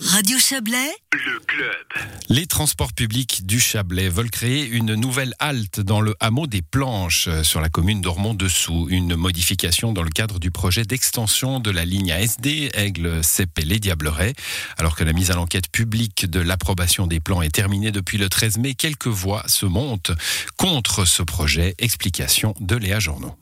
Radio Chablais, le club. Les transports publics du Chablais veulent créer une nouvelle halte dans le hameau des Planches, sur la commune d'Ormont-Dessous. Une modification dans le cadre du projet d'extension de la ligne ASD Aigle-Seppé-les-Diablerets. Alors que la mise à l'enquête publique de l'approbation des plans est terminée depuis le 13 mai, quelques voix se montent contre ce projet. Explication de Léa Journeau.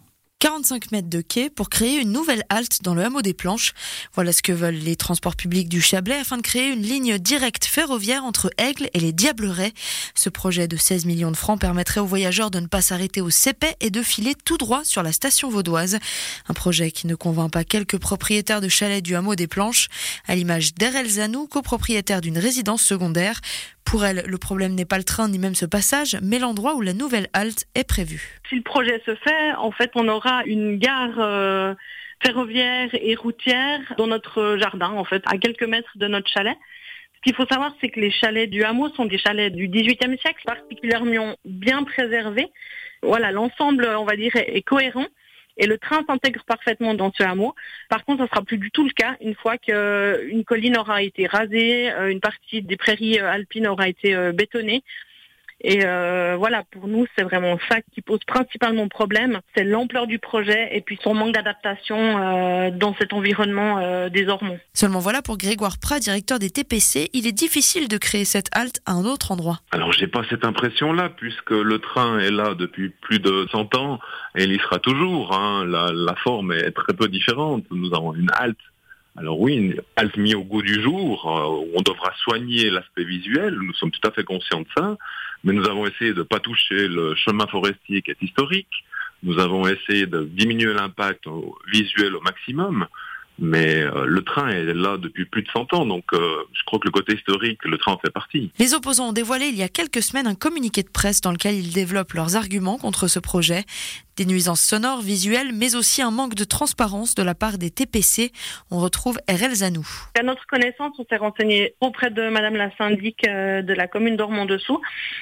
45 mètres de quai pour créer une nouvelle halte dans le hameau des Planches. Voilà ce que veulent les transports publics du Chablais afin de créer une ligne directe ferroviaire entre Aigle et les Diablerets. Ce projet de 16 millions de francs permettrait aux voyageurs de ne pas s'arrêter au Seppé et de filer tout droit sur la station vaudoise. Un projet qui ne convainc pas quelques propriétaires de chalets du hameau des Planches, à l'image d'Erel Zanou, copropriétaire d'une résidence secondaire. Pour elle, le problème n'est pas le train ni même ce passage, mais l'endroit où la nouvelle halte est prévue. Si le projet se fait, en fait, on aura une gare ferroviaire et routière dans notre jardin, en fait, à quelques mètres de notre chalet. Ce qu'il faut savoir, c'est que les chalets du hameau sont des chalets du XVIIIe siècle, particulièrement bien préservés. Voilà, l'ensemble, on va dire, est cohérent. Et le train s'intègre parfaitement dans ce hameau. Par contre, ça sera plus du tout le cas une fois qu'une colline aura été rasée, une partie des prairies alpines aura été bétonnée. Et voilà, pour nous, c'est vraiment ça qui pose principalement problème. C'est l'ampleur du projet et puis son manque d'adaptation dans cet environnement des Ormonts. Seulement voilà, pour Grégoire Prat, directeur des TPC, il est difficile de créer cette halte à un autre endroit. Alors, j'ai pas cette impression-là, puisque le train est là depuis plus de 100 ans et il y sera toujours. La forme est très peu différente. Nous avons une halte. Alors oui, une halte mise au goût du jour, où on devra soigner l'aspect visuel, nous sommes tout à fait conscients de ça, mais nous avons essayé de ne pas toucher le chemin forestier qui est historique, nous avons essayé de diminuer l'impact visuel au maximum, mais le train est là depuis plus de 100 ans, donc je crois que le côté historique, le train en fait partie. Les opposants ont dévoilé il y a quelques semaines un communiqué de presse dans lequel ils développent leurs arguments contre ce projet. Des nuisances sonores, visuelles, mais aussi un manque de transparence de la part des TPC. On retrouve Erel Zanou. À notre connaissance, on s'est renseigné auprès de Madame la syndic de la commune d'Ormont-Dessous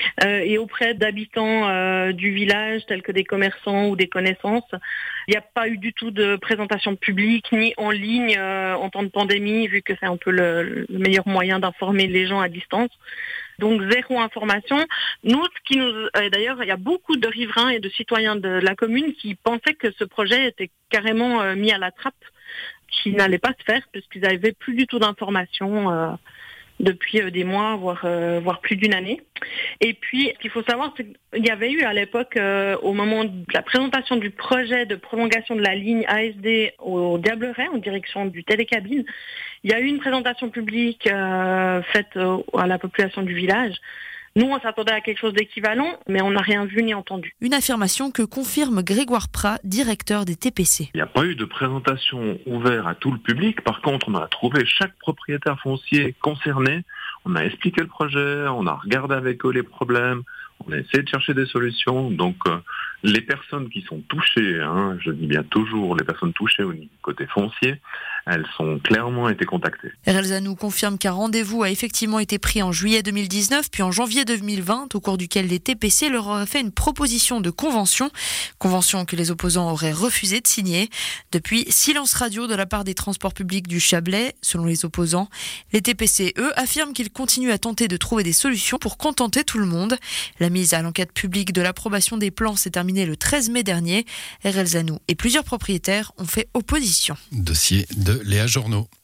et auprès d'habitants du village, tels que des commerçants ou des connaissances. Il n'y a pas eu du tout de présentation publique, ni en ligne en temps de pandémie, vu que c'est un peu le meilleur moyen d'informer les gens à distance. Donc zéro information. Nous, d'ailleurs, il y a beaucoup de riverains et de citoyens de la commune qui pensaient que ce projet était carrément mis à la trappe, qui n'allait pas se faire, puisqu'ils n'avaient plus du tout d'informations depuis des mois, voire plus d'une année. Et puis, ce qu'il faut savoir, c'est qu'il y avait eu à l'époque, au moment de la présentation du projet de prolongation de la ligne ASD au Diablerets, en direction du télécabine, il y a eu une présentation publique faite à la population du village. Nous, on s'attendait à quelque chose d'équivalent, mais on n'a rien vu ni entendu. Une affirmation que confirme Grégoire Prat, directeur des TPC. Il n'y a pas eu de présentation ouverte à tout le public. Par contre, on a trouvé chaque propriétaire foncier concerné. On a expliqué le projet, on a regardé avec eux les problèmes, on a essayé de chercher des solutions. Donc, les personnes qui sont touchées, je dis bien toujours les personnes touchées au côté foncier, elles sont clairement été contactées. Erel Zanou confirme qu'un rendez-vous a effectivement été pris en juillet 2019, puis en janvier 2020, au cours duquel les TPC leur auraient fait une proposition de convention que les opposants auraient refusé de signer. Depuis, silence radio de la part des transports publics du Chablais, selon les opposants. Les TPC, eux, affirment qu'ils continuent à tenter de trouver des solutions pour contenter tout le monde. La mise à l'enquête publique de l'approbation des plans s'est terminée le 13 mai dernier. Erel Zanou et plusieurs propriétaires ont fait opposition. Dossier de Léa Journeau.